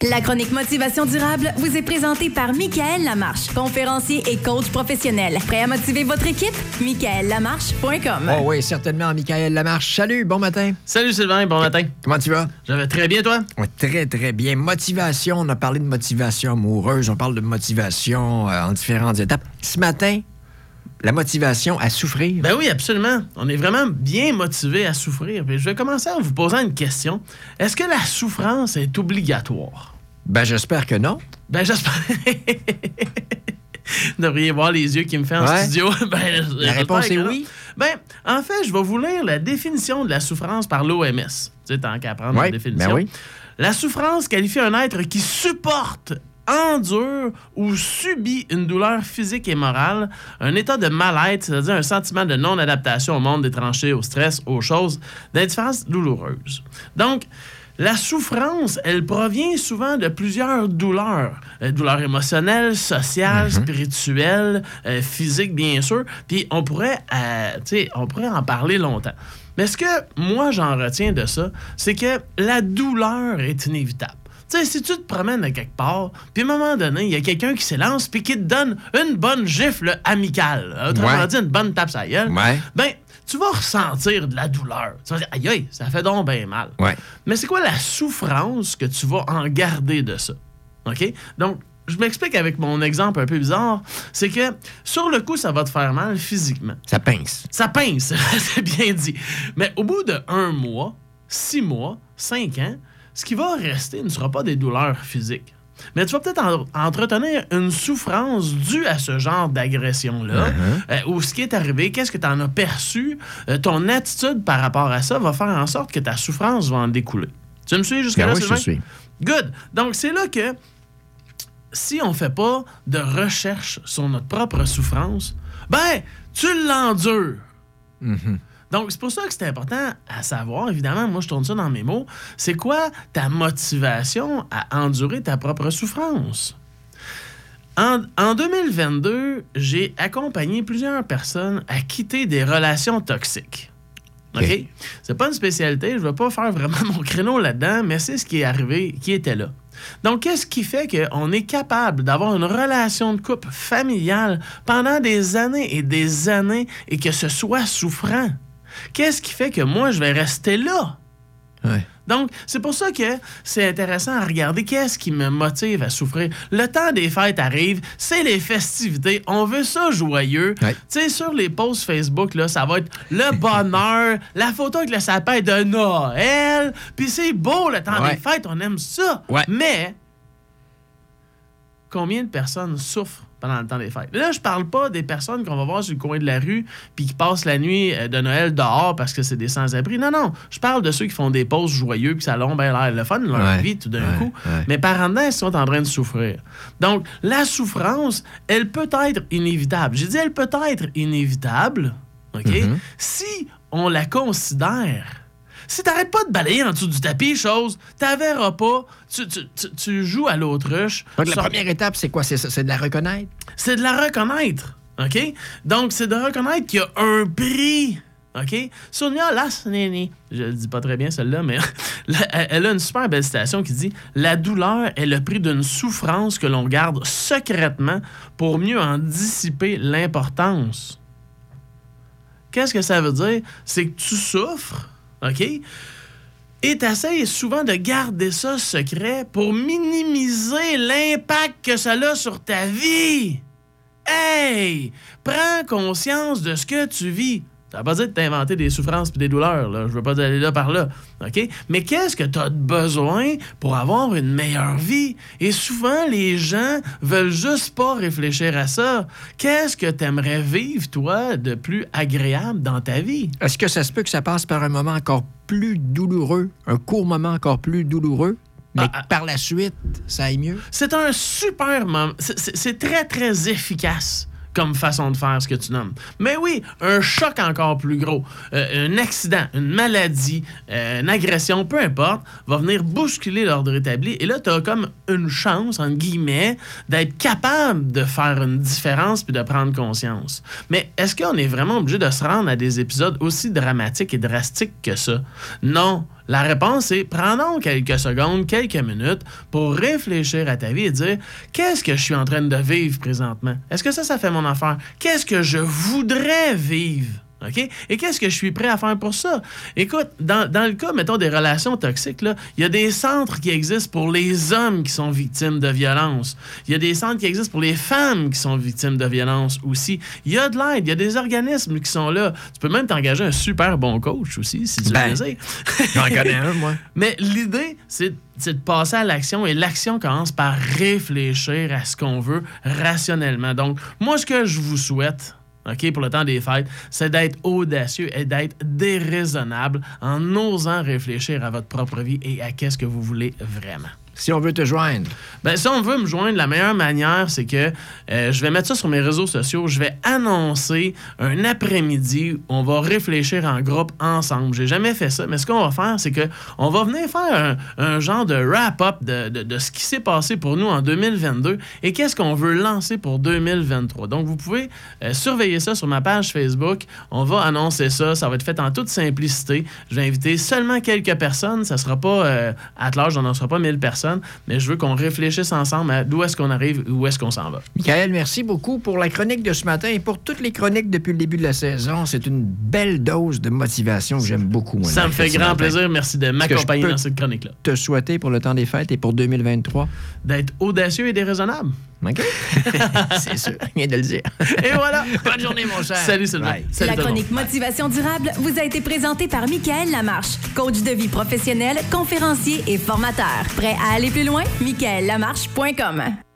La chronique Motivation durable vous est présentée par Michaël Lamarche, conférencier et coach professionnel. Prêt à motiver votre équipe? michaëllamarche.com. Oh oui, certainement, Michaël Lamarche. Salut, bon matin. Salut Sylvain, bon matin. Comment tu vas? Je vais très bien, toi? Oui, très, très bien. Motivation, on a parlé de motivation amoureuse, on parle de motivation en différentes étapes. Ce matin, la motivation à souffrir. Ben oui, absolument. On est vraiment bien motivé à souffrir. Puis je vais commencer en vous posant une question. Est-ce que la souffrance est obligatoire? Ben, j'espère que non. Ben, j'espère... Vous devriez voir les yeux qui me font en studio. Ben, la réponse est oui. Ben, en fait, je vais vous lire la définition de la souffrance par l'OMS. Tu sais, tant qu'à apprendre la définition. Ben oui. La souffrance qualifie un être qui supporte, endure ou subit une douleur physique et morale, un état de mal-être, c'est-à-dire un sentiment de non-adaptation au monde des tranchées, au stress, aux choses, d'indifférence douloureuse. Donc, la souffrance, elle provient souvent de plusieurs douleurs. Douleurs émotionnelles, sociales, spirituelles, physiques, bien sûr. Puis on pourrait en parler longtemps. Mais ce que moi, j'en retiens de ça, c'est que la douleur est inévitable. Tu sais, si tu te promènes à quelque part, puis à un moment donné, il y a quelqu'un qui s'élance puis qui te donne une bonne gifle amicale, autrement dit, une bonne tape sur la gueule, ben, tu vas ressentir de la douleur. Tu vas dire, aïe, aïe, ça fait donc bien mal. Ouais. Mais c'est quoi la souffrance que tu vas en garder de ça? OK? Donc, je m'explique avec mon exemple un peu bizarre, c'est que sur le coup, ça va te faire mal physiquement. Ça pince. Ça pince, c'est bien dit. Mais au bout de 1 mois, 6 mois, 5 ans, ce qui va rester ne sera pas des douleurs physiques. Mais tu vas peut-être entretenir une souffrance due à ce genre d'agression-là, ou ce qui est arrivé, qu'est-ce que tu en as perçu, ton attitude par rapport à ça va faire en sorte que ta souffrance va en découler. Tu me suis jusqu'à là, oui, Sylvain? je te suis. Good. Donc, c'est là que si on ne fait pas de recherche sur notre propre souffrance, ben, tu l'endures. Donc, c'est pour ça que c'est important à savoir, évidemment, moi je tourne ça dans mes mots, c'est quoi ta motivation à endurer ta propre souffrance? En 2022, j'ai accompagné plusieurs personnes à quitter des relations toxiques. OK? C'est pas une spécialité, je ne vais pas faire vraiment mon créneau là-dedans, mais c'est ce qui est arrivé, qui était là. Donc, qu'est-ce qui fait qu'on est capable d'avoir une relation de couple familiale pendant des années et que ce soit souffrant? Qu'est-ce qui fait que moi, je vais rester là? Ouais. Donc, c'est pour ça que c'est intéressant à regarder qu'est-ce qui me motive à souffrir. Le temps des fêtes arrive, c'est les festivités, on veut ça joyeux. Ouais. Tu sais, sur les posts Facebook, là, ça va être le bonheur, la photo avec le sapin de Noël, puis c'est beau le temps des fêtes, on aime ça. Ouais. Mais, combien de personnes souffrent pendant le temps des fêtes? Là, je parle pas des personnes qu'on va voir sur le coin de la rue puis qui passent la nuit de Noël dehors parce que c'est des sans-abri. Non, non. Je parle de ceux qui font des posts joyeux puis ça a l'air le fun de leur vie tout d'un coup. Mais par en dedans, ils sont en train de souffrir. Donc, la souffrance, elle peut être inévitable. J'ai dit elle peut être inévitable, OK? Si on la considère. Si t'arrêtes pas de balayer en dessous du tapis, t'en verras pas, tu joues à l'autruche. Donc, la première étape, c'est quoi? C'est de la reconnaître? C'est de la reconnaître, OK? Donc, c'est de reconnaître qu'il y a un prix, OK? Sonia Lasneni, je le dis pas très bien celle-là, mais elle a une super belle citation qui dit « La douleur est le prix d'une souffrance que l'on garde secrètement pour mieux en dissiper l'importance. » Qu'est-ce que ça veut dire? C'est que tu souffres, OK? Et tu essaies souvent de garder ça secret pour minimiser l'impact que ça a sur ta vie. Hey! Prends conscience de ce que tu vis. Ça veut pas dire de t'inventer des souffrances et des douleurs, là. Je veux pas aller là par là, OK? Mais qu'est-ce que tu as besoin pour avoir une meilleure vie? Et souvent, les gens veulent juste pas réfléchir à ça. Qu'est-ce que tu aimerais vivre, toi, de plus agréable dans ta vie? Est-ce que ça se peut que ça passe par un moment encore plus douloureux, un court moment encore plus douloureux, mais que par la suite, ça aille mieux? C'est un super moment. C'est très, très efficace comme façon de faire ce que tu nommes. Mais oui, un choc encore plus gros, un accident, une maladie, une agression, peu importe, va venir bousculer l'ordre établi. Et là, tu as comme une chance, entre guillemets, d'être capable de faire une différence puis de prendre conscience. Mais est-ce qu'on est vraiment obligé de se rendre à des épisodes aussi dramatiques et drastiques que ça? Non. La réponse est prends donc quelques secondes, quelques minutes pour réfléchir à ta vie et dire qu'est-ce que je suis en train de vivre présentement? Est-ce que ça fait mon affaire? Qu'est-ce que je voudrais vivre? OK? Et qu'est-ce que je suis prêt à faire pour ça? Écoute, dans le cas, mettons, des relations toxiques, il y a des centres qui existent pour les hommes qui sont victimes de violence. Il y a des centres qui existent pour les femmes qui sont victimes de violence aussi. Il y a de l'aide, il y a des organismes qui sont là. Tu peux même t'engager un super bon coach aussi, si tu le désires. J'en connais un, moi. Mais l'idée, c'est de passer à l'action, et l'action commence par réfléchir à ce qu'on veut rationnellement. Donc, moi, ce que je vous souhaite, OK, pour le temps des fêtes, c'est d'être audacieux et d'être déraisonnable en osant réfléchir à votre propre vie et à qu'est-ce que vous voulez vraiment. Si on veut te joindre. Ben, si on veut me joindre, la meilleure manière, c'est que je vais mettre ça sur mes réseaux sociaux. Je vais annoncer un après-midi où on va réfléchir en groupe ensemble. J'ai jamais fait ça, mais ce qu'on va faire, c'est qu'on va venir faire un genre de wrap-up de ce qui s'est passé pour nous en 2022 et qu'est-ce qu'on veut lancer pour 2023. Donc, vous pouvez surveiller ça sur ma page Facebook. On va annoncer ça. Ça va être fait en toute simplicité. Je vais inviter seulement quelques personnes. Ça sera pas à large, on n'en sera pas 1000 personnes. Mais je veux qu'on réfléchisse ensemble à d'où est-ce qu'on arrive et où est-ce qu'on s'en va. Michael, merci beaucoup pour la chronique de ce matin et pour toutes les chroniques depuis le début de la saison. C'est une belle dose de motivation que j'aime beaucoup. Moi, ça me fait grand plaisir. Merci de m'accompagner dans cette chronique-là. Te souhaiter pour le temps des fêtes et pour 2023? D'être audacieux et déraisonnable. OK. C'est sûr. Rien de le dire. Et voilà. Bonne journée, mon cher. Salut, Sylvain. La chronique Motivation durable vous a été présentée par Michael Lamarche, coach de vie professionnel, conférencier et formateur. Prêt à aller plus loin? michaellamarche.com